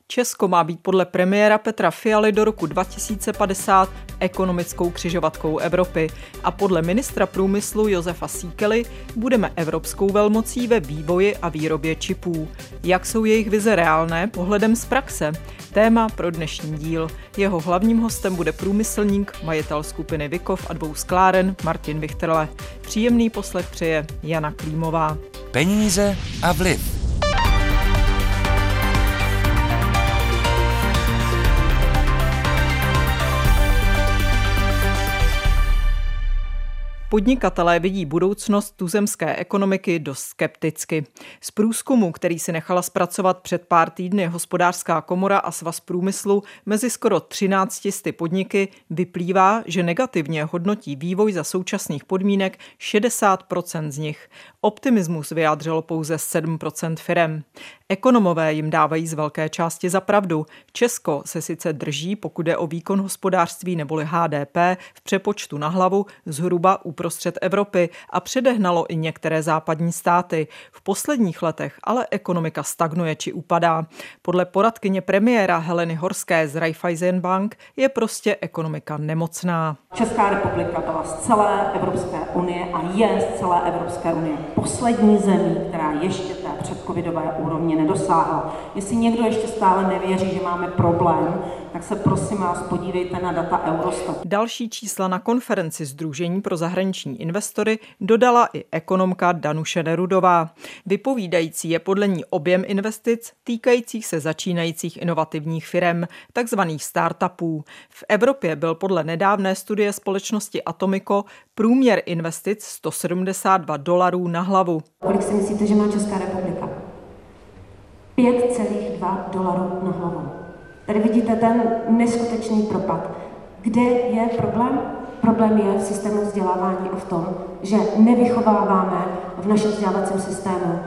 Česko má být podle premiéra Petra Fialy do roku 2050 ekonomickou křižovatkou Evropy a podle ministra průmyslu Josefa Síkely budeme evropskou velmocí ve vývoji a výrobě čipů. Jak jsou jejich vize reálné pohledem z praxe? Téma pro dnešní díl. Jeho hlavním hostem bude průmyslník, majitel skupiny Vikov a 2 skláren Martin Vichterle. Příjemný poslech přeje Jana Klímová. Peníze a vliv. Podnikatelé vidí budoucnost tuzemské ekonomiky dost skepticky. Z průzkumu, který si nechala zpracovat před pár týdny Hospodářská komora a Svaz průmyslu mezi skoro 1300 podniky, vyplývá, že negativně hodnotí vývoj za současných podmínek 60% z nich. Optimismus vyjádřilo pouze 7% firem. Ekonomové jim dávají z velké části za pravdu. Česko se sice drží, pokud jde o výkon hospodářství neboli HDP, v přepočtu na hlavu zhruba uprostřed Evropy a předehnalo i některé západní státy. V posledních letech ale ekonomika stagnuje či upadá. Podle poradkyně premiéra Heleny Horské z Raiffeisen Bank je prostě ekonomika nemocná. Česká republika byla z celé Evropské unie a je z celé Evropské unie poslední zemí, která ještě té předcovidové úrovně nedosáhla. Jestli někdo ještě stále nevěří, že máme problém, tak se prosím vás podívejte na data Eurostatu. Další čísla na konferenci Sdružení pro zahraniční investory dodala i ekonomka Danuše Nerudová. Vypovídající je podle ní objem investic týkajících se začínajících inovativních firem, takzvaných startupů. V Evropě byl podle nedávné studie společnosti Atomico průměr investic $172 na hlavu. Kolik si myslíte, že má Česká republika? $5,2 na hlavu. Tady vidíte ten neskutečný propad. Kde je problém? Problém je v systému vzdělávání a v tom, že nevychováváme v našem vzdělávacím systému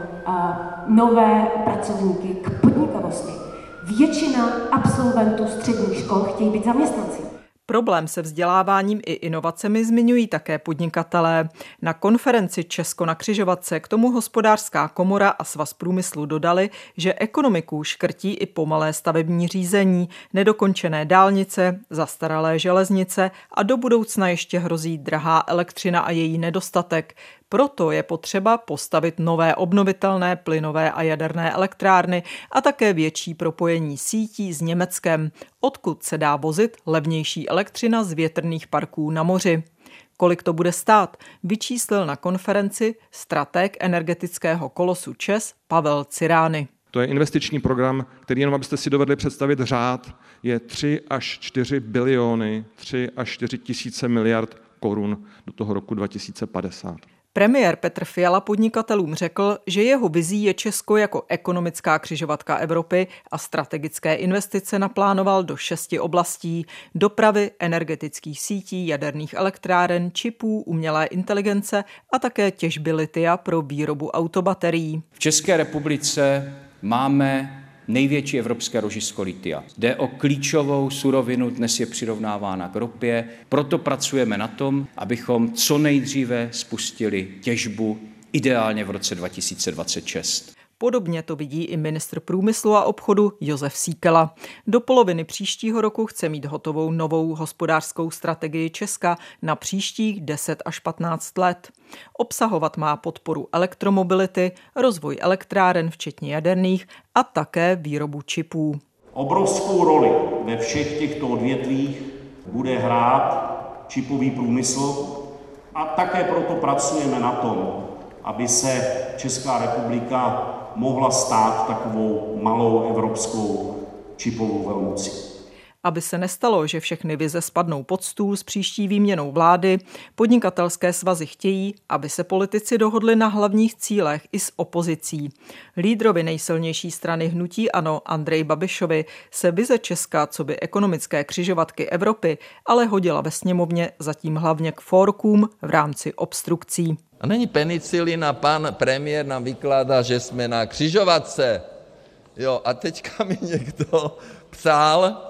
nové pracovníky k podnikavosti. Většina absolventů středních škol chtějí být zaměstnanci. Problém se vzděláváním i inovacemi zmiňují také podnikatelé. Na konferenci Česko na křižovatce k tomu Hospodářská komora a Svaz průmyslu dodali, že ekonomiku škrtí i pomalé stavební řízení, nedokončené dálnice, zastaralé železnice a do budoucna ještě hrozí drahá elektřina a její nedostatek. Proto je potřeba postavit nové obnovitelné plynové a jaderné elektrárny a také větší propojení sítí s Německem, odkud se dá vozit levnější elektřina z větrných parků na moři. Kolik to bude stát, vyčíslil na konferenci stratég energetického kolosu ČEZ Pavel Cirány. To je investiční program, který, jenom abyste si dovedli představit řád, je 3 až 4 biliony, 3 až 4 tisíce miliard korun do toho roku 2050. Premiér Petr Fiala podnikatelům řekl, že jeho vizí je Česko jako ekonomická křižovatka Evropy a strategické investice naplánoval do 6 oblastí: dopravy, energetických sítí, jaderných elektráren, čipů, umělé inteligence a také těžby lithia pro výrobu autobaterií. V České republice máme největší evropské ložisko lithia. Jde o klíčovou surovinu, dnes je přirovnávána k ropě, proto pracujeme na tom, abychom co nejdříve spustili těžbu, ideálně v roce 2026. Podobně to vidí i ministr průmyslu a obchodu Josef Síkela. Do poloviny příštího roku chce mít hotovou novou hospodářskou strategii Česka na příštích 10 až 15 let. Obsahovat má podporu elektromobility, rozvoj elektráren včetně jaderných a také výrobu čipů. Obrovskou roli ve všech těchto odvětvích bude hrát čipový průmysl a také proto pracujeme na tom, aby se Česká republika mohla stát takovou malou evropskou čipovou velmocí. Aby se nestalo, že všechny vize spadnou pod stůl s příští výměnou vlády, podnikatelské svazy chtějí, aby se politici dohodli na hlavních cílech i s opozicí. Lídrovi nejsilnější strany hnutí ANO Andreji Babišovi se vize Česka coby ekonomické křižovatky Evropy ale hodila ve sněmovně zatím hlavně k fórkům v rámci obstrukcí. A není penicilin a pan premiér nám vykládá, že jsme na křižovatce. Jo, a teďka mi někdo psal,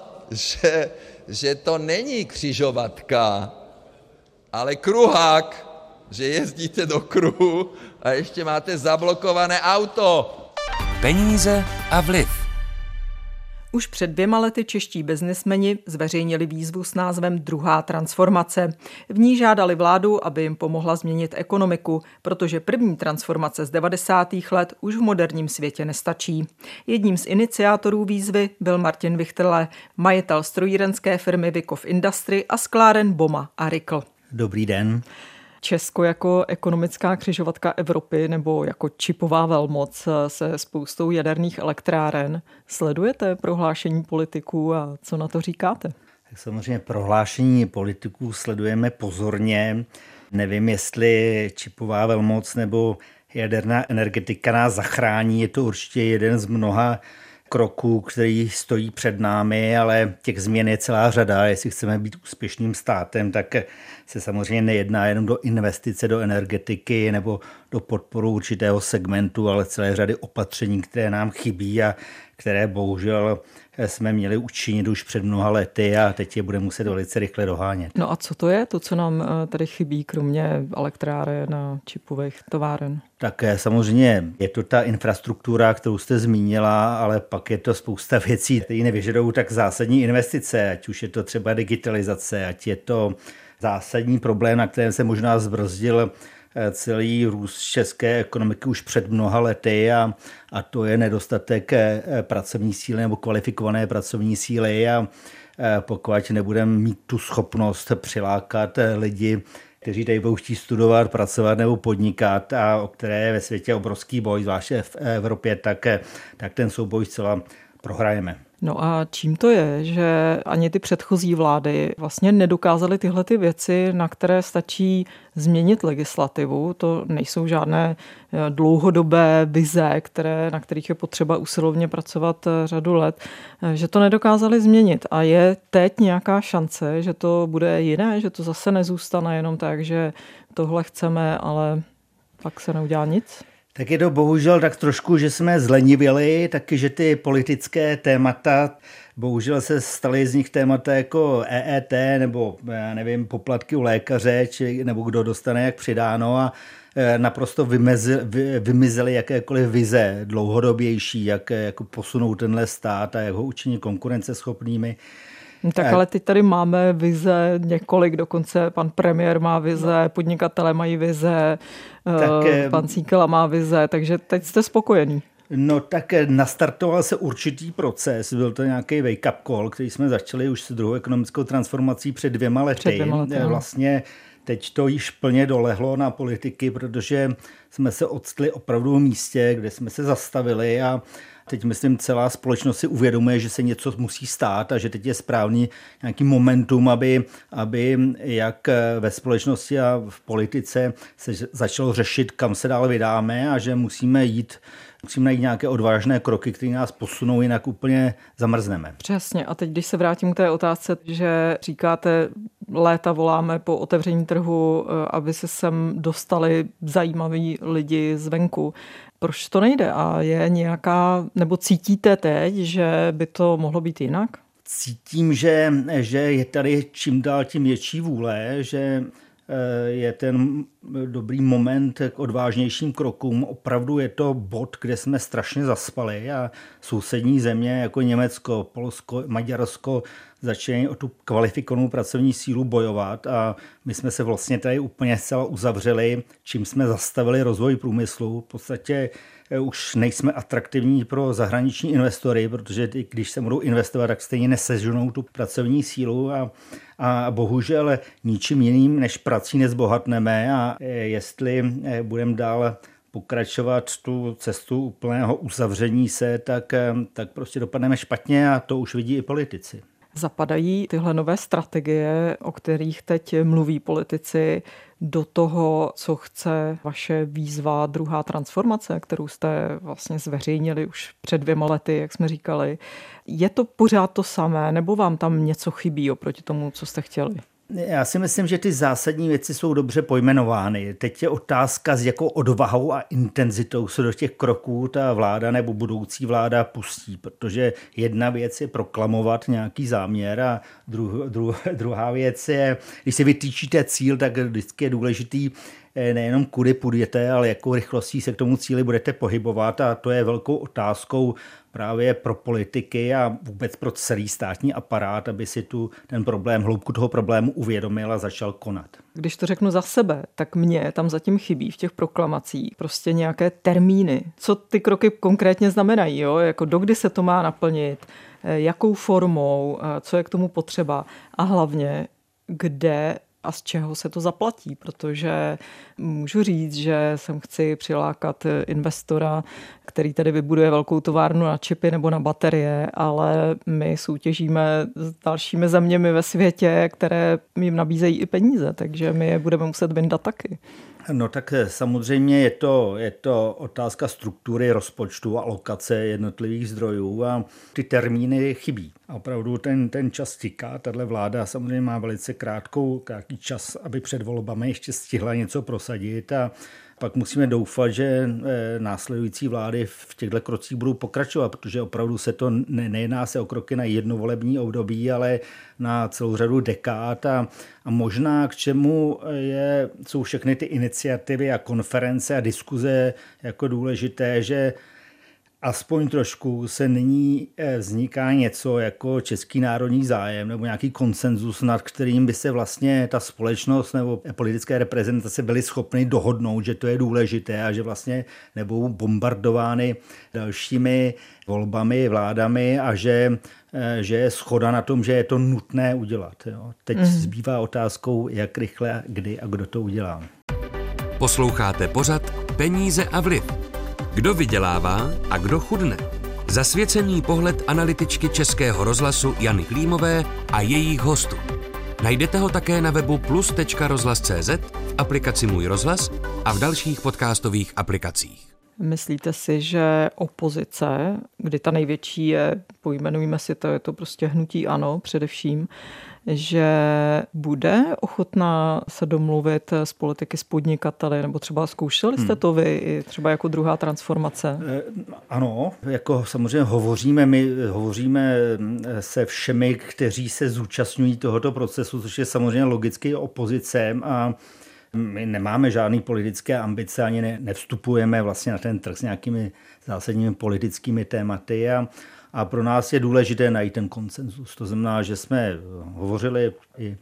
že to není křižovatka, ale kruhák, že jezdíte do kruhu a ještě máte zablokované auto. Peníze a vliv. Už před 2 lety čeští byznysmeni zveřejnili výzvu s názvem Druhá transformace. V ní žádali vládu, aby jim pomohla změnit ekonomiku, protože první transformace z 90. let už v moderním světě nestačí. Jedním z iniciátorů výzvy byl Martin Vichterle, majitel strojírenské firmy Vikov Industry a skláren Boma a Rikl. Dobrý den. Česko jako ekonomická křižovatka Evropy nebo jako čipová velmoc se spoustou jaderných elektráren. Sledujete prohlášení politiků a co na to říkáte? Tak samozřejmě prohlášení politiků sledujeme pozorně. Nevím, jestli čipová velmoc nebo jaderná energetika nás zachrání. Je to určitě jeden z mnoha kroků, který stojí před námi, ale těch změn je celá řada. Jestli chceme být úspěšným státem, tak se samozřejmě nejedná jenom do investice do energetiky nebo do podporu určitého segmentu, ale celé řady opatření, které nám chybí a které bohužel jsme měli učinit už před mnoha lety a teď je budeme muset velice rychle dohánět. No a co to je, to, co nám tady chybí, kromě elektráren a čipových továren? Tak samozřejmě je to ta infrastruktura, kterou jste zmínila, ale pak je to spousta věcí, které nevyžadují tak zásadní investice, ať už je to třeba digitalizace, ať je to zásadní problém, na kterém se možná zbrzdil celý růst české ekonomiky už před mnoha lety a to je nedostatek pracovní síly nebo kvalifikované pracovní síly a pokud nebudeme mít tu schopnost přilákat lidi, kteří tady budou chtít studovat, pracovat nebo podnikat a o které je ve světě obrovský boj, zvláště v Evropě, tak ten souboj zcela prohrajeme. No a čím to je, že ani ty předchozí vlády vlastně nedokázaly tyhle ty věci, na které stačí změnit legislativu, to nejsou žádné dlouhodobé vize, na kterých je potřeba usilovně pracovat řadu let, že to nedokázali změnit a je teď nějaká šance, že to bude jiné, že to zase nezůstane jenom tak, že tohle chceme, ale pak se neudělá nic? Tak je to bohužel tak trošku, že jsme zlenivěli, taky, že ty politické témata, bohužel se staly z nich témata jako EET nebo, já nevím, poplatky u lékaře, nebo kdo dostane jak přidáno a naprosto vymizely jakékoliv vize dlouhodobější, jak jako posunout tenhle stát a jak ho učinit konkurenceschopnými. Tak ale teď tady máme vize několik, dokonce pan premiér má vize, podnikatelé mají vize, pan Síkela má vize, takže teď jste spokojený. No tak nastartoval se určitý proces, byl to nějaký wake-up call, který jsme začali už s druhou ekonomickou transformací před 2 lety. Vlastně teď to již plně dolehlo na politiky, protože jsme se odstli opravdu v místě, kde jsme se zastavili a teď, myslím, celá společnost si uvědomuje, že se něco musí stát a že teď je správný nějaký momentum, aby jak ve společnosti a v politice se začalo řešit, kam se dál vydáme a že musíme najít nějaké odvážné kroky, které nás posunou, jinak úplně zamrzneme. Přesně. A teď, když se vrátím k té otázce, že říkáte, léta voláme po otevření trhu, aby se sem dostali zajímaví lidi zvenku. Proč to nejde? A je nějaká, nebo cítíte teď, že by to mohlo být jinak? Cítím, že je tady čím dál tím větší vůle, že je ten dobrý moment k odvážnějším krokům. Opravdu je to bod, kde jsme strašně zaspali a sousední země jako Německo, Polsko, Maďarsko začínají o tu kvalifikovanou pracovní sílu bojovat a my jsme se vlastně tady úplně zcela uzavřeli, čím jsme zastavili rozvoj průmyslu. V podstatě už nejsme atraktivní pro zahraniční investory, protože když se budou investovat, tak stejně neseženou tu pracovní sílu a bohužel ničím jiným než prací nezbohatneme a jestli budeme dál pokračovat tu cestu úplného uzavření se, tak prostě dopadneme špatně a to už vidí i politici. Zapadají tyhle nové strategie, o kterých teď mluví politici, do toho, co chce vaše výzva Druhá transformace, kterou jste vlastně zveřejnili už před 2 lety, jak jsme říkali. Je to pořád to samé, nebo vám tam něco chybí oproti tomu, co jste chtěli? Já si myslím, že ty zásadní věci jsou dobře pojmenovány. Teď je otázka, s jakou odvahou a intenzitou se do těch kroků ta vláda nebo budoucí vláda pustí, protože jedna věc je proklamovat nějaký záměr a druhá věc je, když si vytýčíte cíl, tak vždycky je důležitý nejenom kudy půjdete, ale jakou rychlostí se k tomu cíli budete pohybovat, a to je velkou otázkou právě pro politiky a vůbec pro celý státní aparát, aby si ten problém, hloubku toho problému uvědomil a začal konat. Když to řeknu za sebe, tak mě tam zatím chybí v těch proklamacích prostě nějaké termíny. Co ty kroky konkrétně znamenají, jo? Jako dokdy se to má naplnit, jakou formou, co je k tomu potřeba a hlavně kde a z čeho se to zaplatí, protože můžu říct, že sem chci přilákat investora, který tady vybuduje velkou továrnu na čipy nebo na baterie, ale my soutěžíme s dalšími zeměmi ve světě, které jim nabízejí i peníze, takže my je budeme muset vyndat taky. No tak samozřejmě je to otázka struktury rozpočtu a alokace jednotlivých zdrojů a ty termíny chybí. A opravdu ten čas tiká. Tato vláda samozřejmě má velice krátký čas, aby před volbami ještě stihla něco prosadit, a pak musíme doufat, že následující vlády v těchto krocích budou pokračovat, protože opravdu se to nejedná se o kroky na jedno volební období, ale na celou řadu dekád, a možná k čemu jsou všechny ty iniciativy a konference a diskuze jako důležité, že aspoň trošku se nyní vzniká něco jako český národní zájem nebo nějaký konsenzus, nad kterým by se vlastně ta společnost nebo politické reprezentace byly schopny dohodnout, že to je důležité a že vlastně nebudou bombardovány dalšími volbami, vládami a že je shoda na tom, že je to nutné udělat. Jo. Teď zbývá otázkou, jak rychle, kdy a kdo to udělá. Posloucháte pořad Peníze a vliv. Kdo vydělává a kdo chudne? Zasvěcený pohled analytičky Českého rozhlasu Jany Klímové a jejích hostů. Najdete ho také na webu plus.rozhlas.cz, v aplikaci Můj rozhlas a v dalších podcastových aplikacích. Myslíte si, že opozice, kdy ta největší je, pojmenujeme si to, je to prostě hnutí ANO především, že bude ochotná se domluvit s politiky, s podnikateli, nebo třeba zkoušeli jste to vy, třeba jako druhá transformace? Ano, jako samozřejmě hovoříme se všemi, kteří se zúčastňují tohoto procesu, což je samozřejmě logicky opozice, a my nemáme žádný politické ambice, ani nevstupujeme vlastně na ten trh s nějakými zásadními politickými tématy, a pro nás je důležité najít ten konsenzus. To znamená, že jsme hovořili i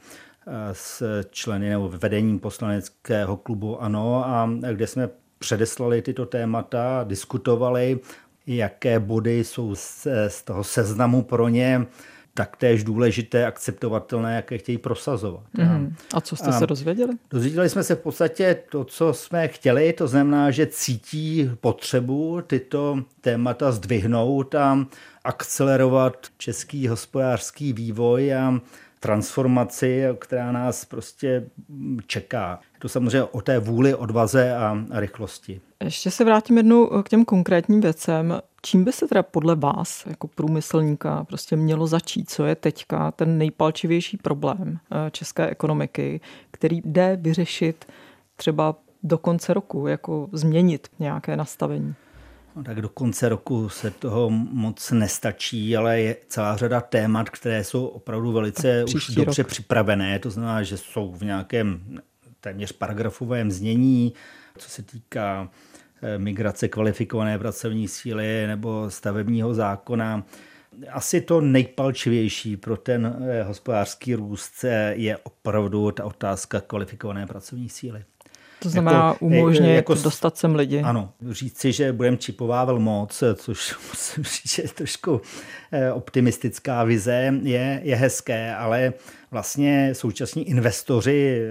s členy nebo vedením poslaneckého klubu ANO, a kde jsme předeslali tyto témata, diskutovali, jaké body jsou z toho seznamu pro ně taktéž důležité, akceptovatelné, jaké chtějí prosazovat. A co jste se dozvěděli? Dozvěděli jsme se v podstatě to, co jsme chtěli, to znamená, že cítí potřebu tyto témata zdvihnout a akcelerovat český hospodářský vývoj a transformaci, která nás prostě čeká. Je to samozřejmě o té vůli, odvaze a rychlosti. Ještě se vrátím jednou k těm konkrétním věcem. Čím by se teda podle vás, jako průmyslníka, prostě mělo začít? Co je teďka ten nejpalčivější problém české ekonomiky, který jde vyřešit třeba do konce roku, jako změnit nějaké nastavení? No, tak do konce roku se toho moc nestačí, ale je celá řada témat, které jsou opravdu velice už dobře připravené. To znamená, že jsou v nějakém téměř paragrafovém znění, co se týká migrace kvalifikované pracovní síly nebo stavebního zákona. Asi to nejpalčivější pro ten hospodářský růst je opravdu ta otázka kvalifikované pracovní síly. To znamená umožnit dostat sem lidi. Ano, říci, že budeme čipovat velmoc, což musím říct, že je trošku optimistická vize, je hezké, ale vlastně současní investoři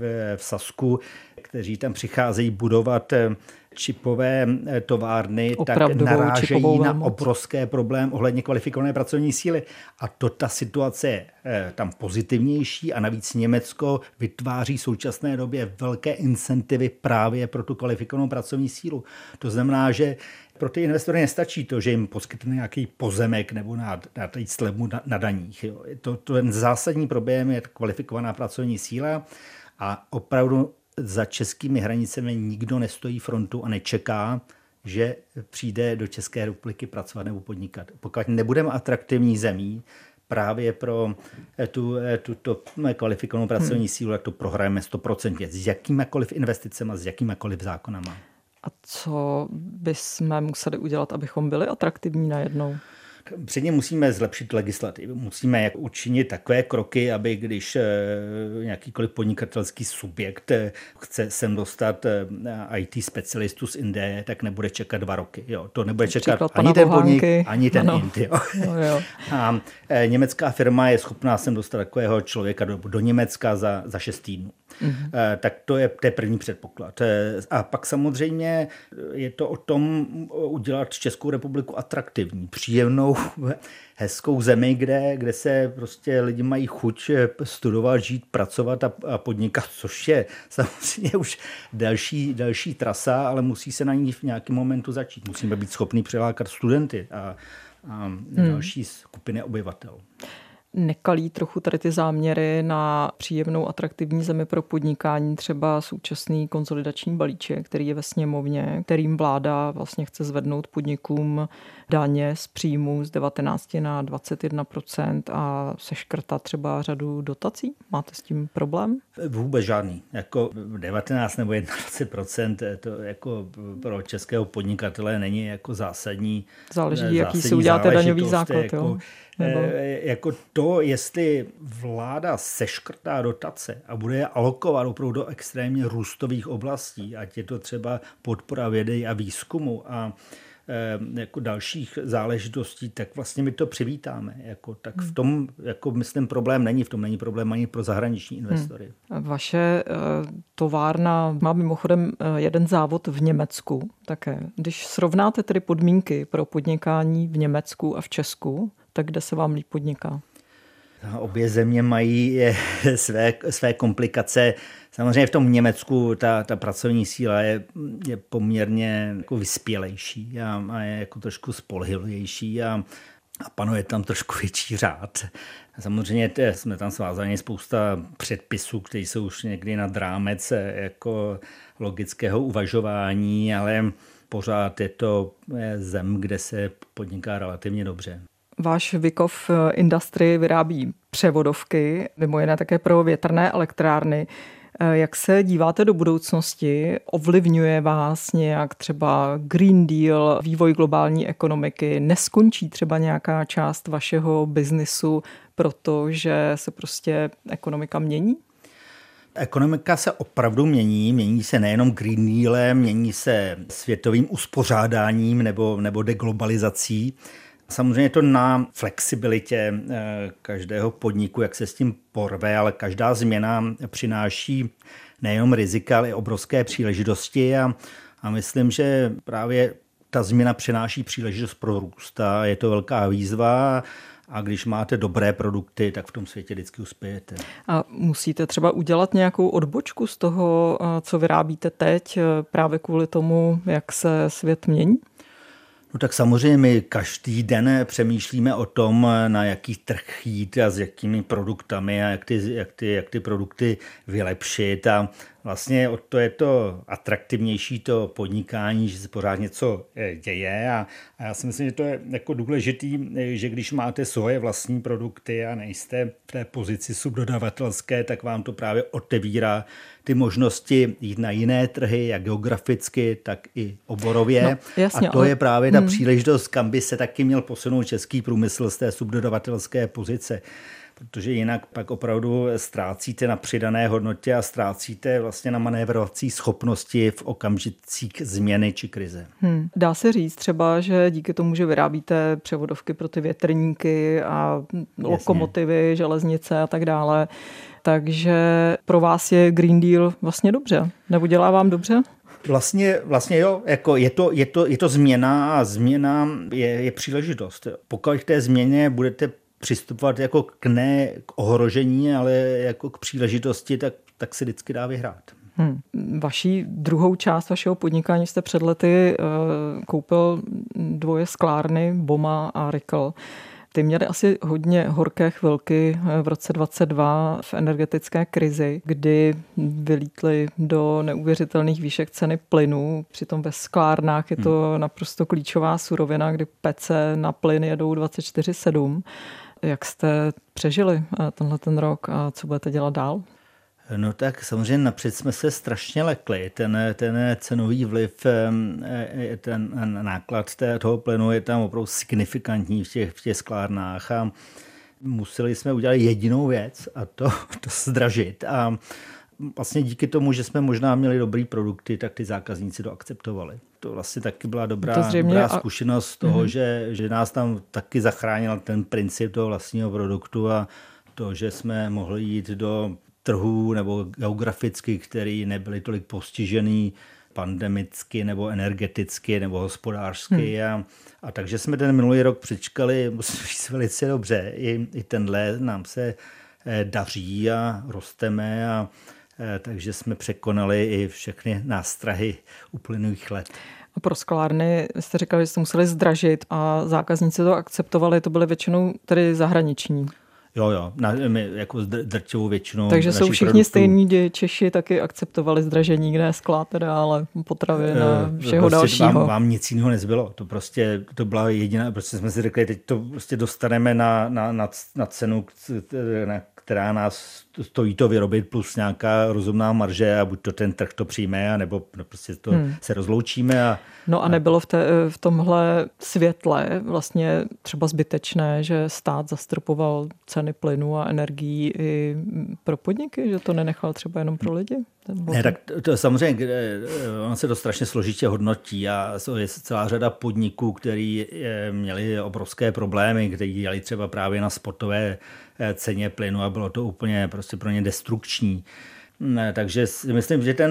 v Sasku, kteří tam přicházejí budovat čipové továrny, tak narážejí na obrovské problém ohledně kvalifikované pracovní síly. A ta situace je tam pozitivnější a navíc Německo vytváří v současné době velké incentivy právě pro tu kvalifikovanou pracovní sílu. To znamená, že pro ty investory nestačí to, že jim poskytne nějaký pozemek nebo na slevu na daních. Jo. Ten zásadní problém je kvalifikovaná pracovní síla a opravdu za českými hranicemi nikdo nestojí frontu a nečeká, že přijde do České republiky pracovat nebo podnikat. Pokud nebudeme atraktivní zemí právě pro tuto kvalifikovanou pracovní sílu, jak to prohrajeme 100%. S jakýmakoliv investicemi, s jakýmakoliv zákonama. A co bychom museli udělat, abychom byli atraktivní najednou? Předně musíme zlepšit legislativu. Musíme učinit takové kroky, aby když nějakýkoliv podnikatelský subjekt chce sem dostat IT specialistu z Indie, tak nebude čekat 2 roky. Jo, to nebude čekat ani ten podnik, ani ten Indie. A německá firma je schopná sem dostat takového člověka do Německa za 6 týdnů. Tak to je první předpoklad. A pak samozřejmě je to o tom udělat Českou republiku atraktivní, příjemnou, hezkou zemi, kde se prostě lidi mají chuť studovat, žít, pracovat a podnikat, což je samozřejmě už další trasa, ale musí se na ní v nějakém momentu začít. Musíme být schopni přilákat studenty a další skupiny obyvatel. Nekalí trochu tady ty záměry na příjemnou atraktivní zemi pro podnikání, třeba současný konsolidační balíček, který je ve sněmovně, kterým vláda vlastně chce zvednout podnikům daně z příjmu z 19 na 21% a seškrtat třeba řadu dotací? Máte s tím problém? Vůbec žádný. Jako 19 nebo 21% to jako pro českého podnikatele není jako zásadní. Záleží, jaký si uděláte daňový základ. Jako, jako to, jestli vláda seškrtá dotace a bude je alokovat opravdu do extrémně růstových oblastí, ať je to třeba podpora vědy a výzkumu a jako dalších záležitostí, tak vlastně my to přivítáme. Tak v tom, jako myslím, problém není. V tom není problém ani pro zahraniční investory. Vaše továrna má mimochodem jeden závod v Německu také. Když srovnáte tedy podmínky pro podnikání v Německu a v Česku, tak kde se vám líp podniká? Obě země mají své komplikace. Samozřejmě v tom Německu ta pracovní síla je poměrně jako vyspělejší a je jako trošku spolehlivější a panuje tam trošku větší řád. Samozřejmě jsme tam svázáni spousta předpisů, které jsou už někdy nad rámec jako logického uvažování, ale pořád je to zem, kde se podniká relativně dobře. Váš Wikow Industry vyrábí převodovky, mimo jiné také pro větrné elektrárny. Jak se díváte do budoucnosti? Ovlivňuje vás nějak třeba Green Deal, vývoj globální ekonomiky? Neskončí třeba nějaká část vašeho biznisu, protože se prostě ekonomika mění? Ekonomika se opravdu mění se nejenom Green Dealem, mění se světovým uspořádáním nebo deglobalizací. Samozřejmě je to na flexibilitě každého podniku, jak se s tím porve, ale každá změna přináší nejenom rizika, ale i obrovské příležitosti a myslím, že právě ta změna přináší příležitost pro růst a je to velká výzva a když máte dobré produkty, tak v tom světě vždycky uspějete. A musíte třeba udělat nějakou odbočku z toho, co vyrábíte teď, právě kvůli tomu, jak se svět mění? No tak samozřejmě my každý den přemýšlíme o tom, na jaký trh jít a s jakými produktami a jak ty produkty vylepšit a vlastně o to je to atraktivnější to podnikání, že se pořád něco děje a já si myslím, že to je jako důležitý, že když máte svoje vlastní produkty a nejste v té pozici subdodavatelské, tak vám to právě otevírá ty možnosti jít na jiné trhy, jak geograficky, tak i oborově. No, jasně, a to je právě ta příležitost, kam by se taky měl posunout český průmysl z té subdodavatelské pozice. Protože jinak pak opravdu ztrácíte na přidané hodnotě a ztrácíte vlastně na manévrovací schopnosti v okamžicích změny či krize. Dá se říct třeba, že díky tomu, že vyrábíte převodovky pro ty větrníky a lokomotivy, železnice a tak dále, takže pro vás je Green Deal vlastně dobře? Nebo dělá vám dobře? Vlastně jo, jako je to změna a změna je příležitost. Pokud k té změně budete přistupovat jako k ohrožení, ale jako k příležitosti, tak se vždycky dá vyhrát. Vaší druhou část vašeho podnikání jste před lety koupil 2 sklárny, Boma a Rikl. Ty měly asi hodně horké chvilky v roce 2022 v energetické krizi, kdy vylítly do neuvěřitelných výšek ceny plynu. Přitom ve sklárnách je to naprosto klíčová surovina, kdy pece na plyn jedou 24/7. Jak jste přežili ten rok a co budete dělat dál? No tak samozřejmě napřed jsme se strašně lekli. Ten cenový vliv, ten náklad toho plynu je tam opravdu signifikantní v těch sklárnách a museli jsme udělat jedinou věc a to zdražit. A vlastně díky tomu, že jsme možná měli dobrý produkty, tak ty zákazníci to akceptovali. To vlastně taky byla dobrá zkušenost toho, že nás tam taky zachránil ten princip toho vlastního produktu a to, že jsme mohli jít do trhů nebo geograficky, který nebyly tolik postižený pandemicky nebo energeticky nebo hospodářsky. A takže jsme ten minulý rok přečkali, musím říct, velice dobře. I tenhle nám se daří a rosteme a takže jsme překonali i všechny nástrahy uplynulých let. A pro sklárny jste říkali, že jste museli zdražit a zákazníci to akceptovali, to byly většinou tedy zahraniční. Jo, my jako drtivou většinou. Takže jsou všichni produktů stejní Češi taky akceptovali zdražení, kde skla teda, ale potravin a všeho dalšího. Vám nic jiného nezbylo. To byla jediná, prostě jsme si řekli, teď to prostě dostaneme na cenu, která nás stojí to vyrobit plus nějaká rozumná marže a buď to ten trh to přijme, nebo prostě to se rozloučíme. No a nebylo v tomhle světle vlastně třeba zbytečné, že stát zastropoval ceny plynu a energií i pro podniky, že to nenechal třeba jenom pro lidi? Ne, tak to samozřejmě, ono se to strašně složitě hodnotí a je celá řada podniků, který měli obrovské problémy, kteří dělali třeba právě na spotové ceně plynu a bylo to úplně prostě pro ně destrukční. Takže myslím, že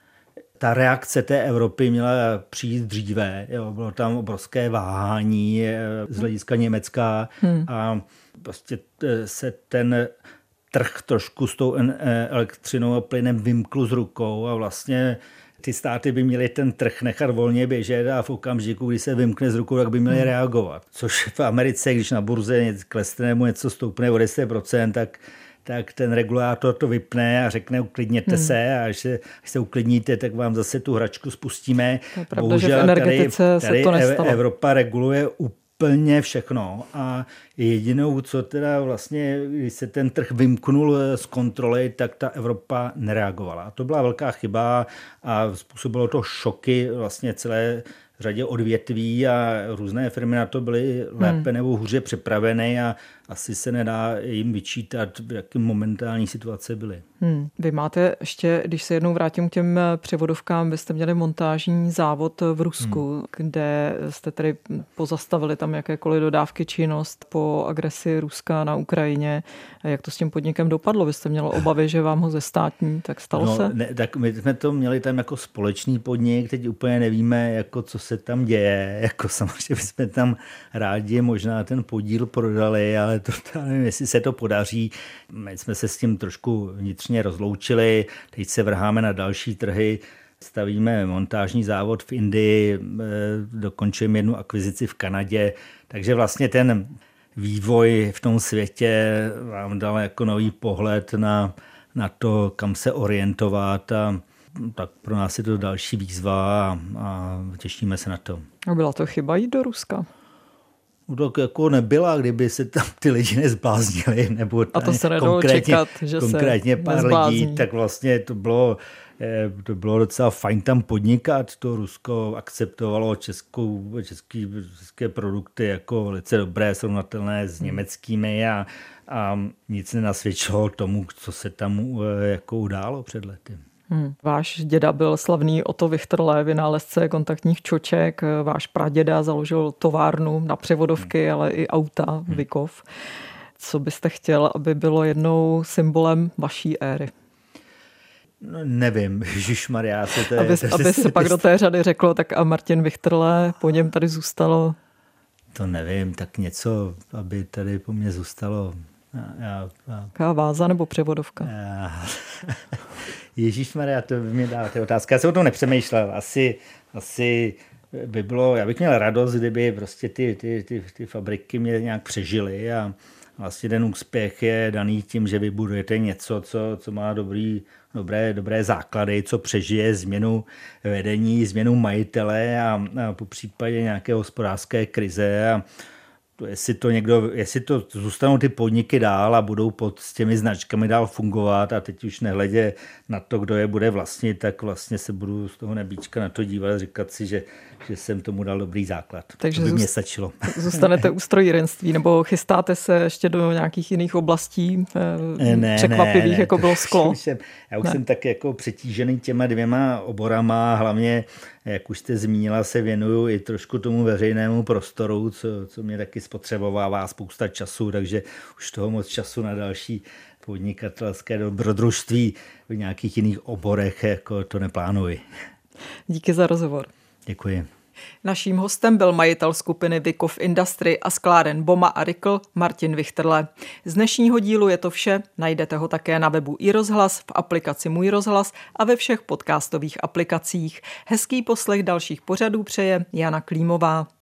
ta reakce té Evropy měla přijít dříve. Jo, bylo tam obrovské váhání z hlediska Německa a prostě se ten trh trošku s tou elektřinou a plynem vymkl z rukou a vlastně ty státy by měly ten trh nechat volně běžet a v okamžiku, kdy se vymkne z rukou, tak by měly reagovat. Což v Americe, když na burze klesne nebo něco stoupne o 10%, tak ten regulátor to vypne a řekne uklidněte se a až se uklidníte, tak vám zase tu hračku spustíme. To je pravda, že v energetice se to nestalo. Evropa reguluje úplně všechno a jedinou, co teda vlastně, když se ten trh vymknul z kontroly, tak ta Evropa nereagovala. A to byla velká chyba a způsobilo to šoky vlastně celé řadě odvětví a různé firmy na to byly lépe nebo hůře připraveny a asi se nedá jim vyčítat, v jakém momentální situace byly. Vy máte ještě, když se jednou vrátím k těm převodovkám, vy jste měli montážní závod v Rusku, kde jste tedy pozastavili tam jakékoliv dodávky činnost po agresi Ruska na Ukrajině. Jak to s tím podnikem dopadlo? Vy jste měl obavy, že vám ho zestátní, tak stalo se? Ne, tak my jsme to měli tam jako společný podnik, teď úplně nevíme, jako co se tam děje. Jako samozřejmě bychom tam rádi možná ten podíl prodali, ale to nevím, jestli se to podaří. My jsme se s tím trošku vnitřně rozloučili, teď se vrháme na další trhy, stavíme montážní závod v Indii, dokončujeme jednu akvizici v Kanadě, takže vlastně ten vývoj v tom světě vám dal jako nový pohled na to, kam se orientovat a tak pro nás je to další výzva a těšíme se na to. A byla to chyba jít do Ruska? Tak jako nebyla, kdyby se tam ty lidi nezbláznili, nebo a to se nedalo čekat, že konkrétně se pár nezblázní. lidí, tak vlastně to bylo docela fajn tam podnikat. To Rusko akceptovalo české produkty jako velice dobré, srovnatelné s německými a nic nenasvědčilo tomu, co se tam jako událo před lety. Váš děda byl slavný Otto Wichterle, vynálezce kontaktních čoček. Váš praděda založil továrnu na převodovky, ale i auta, Vykov. Co byste chtěl, aby bylo jednou symbolem vaší éry? No, nevím, ježišmarja. Aby se pak do té řady řeklo, tak a Martin Wichterle, po něm tady zůstalo? To nevím, tak něco, aby tady po mně zůstalo. Jaká váza nebo převodovka? Ježišmarja, to by mě dala otázka. Já jsem o tom nepřemýšlel. Asi by bylo, já bych měl radost, kdyby prostě ty fabriky mě nějak přežily a vlastně ten úspěch je daný tím, že vybudujete něco, co má dobré základy, co přežije změnu vedení, změnu majitele a po případě nějaké hospodářské krize a jestli to zůstanou ty podniky dál a budou s těmi značkami dál fungovat a teď už nehledě na to, kdo je bude vlastnit, tak vlastně se budu z toho nebíčka na to dívat a říkat si, že jsem tomu dal dobrý základ. Takže to by mě stačilo. Zůstanete u strojírenství nebo chystáte se ještě do nějakých jiných oblastí překvapivých, jako bylo sklo? Já už jsem tak jako přetížený těma 2 oborama, hlavně, jak už jste zmínila, se věnuju i trošku tomu veřejnému prostoru, co mě taky spotřebovává spousta času, takže už toho moc času na další podnikatelské dobrodružství v nějakých jiných oborech jako to neplánuji. Díky za rozhovor. Děkuji. Naším hostem byl majitel skupiny Wikow Industry a skláren Boma a Rikl Martin Vichterle. Z dnešního dílu je to vše, najdete ho také na webu iRozhlas, v aplikaci Můj rozhlas a ve všech podcastových aplikacích. Hezký poslech dalších pořadů přeje Jana Klímová.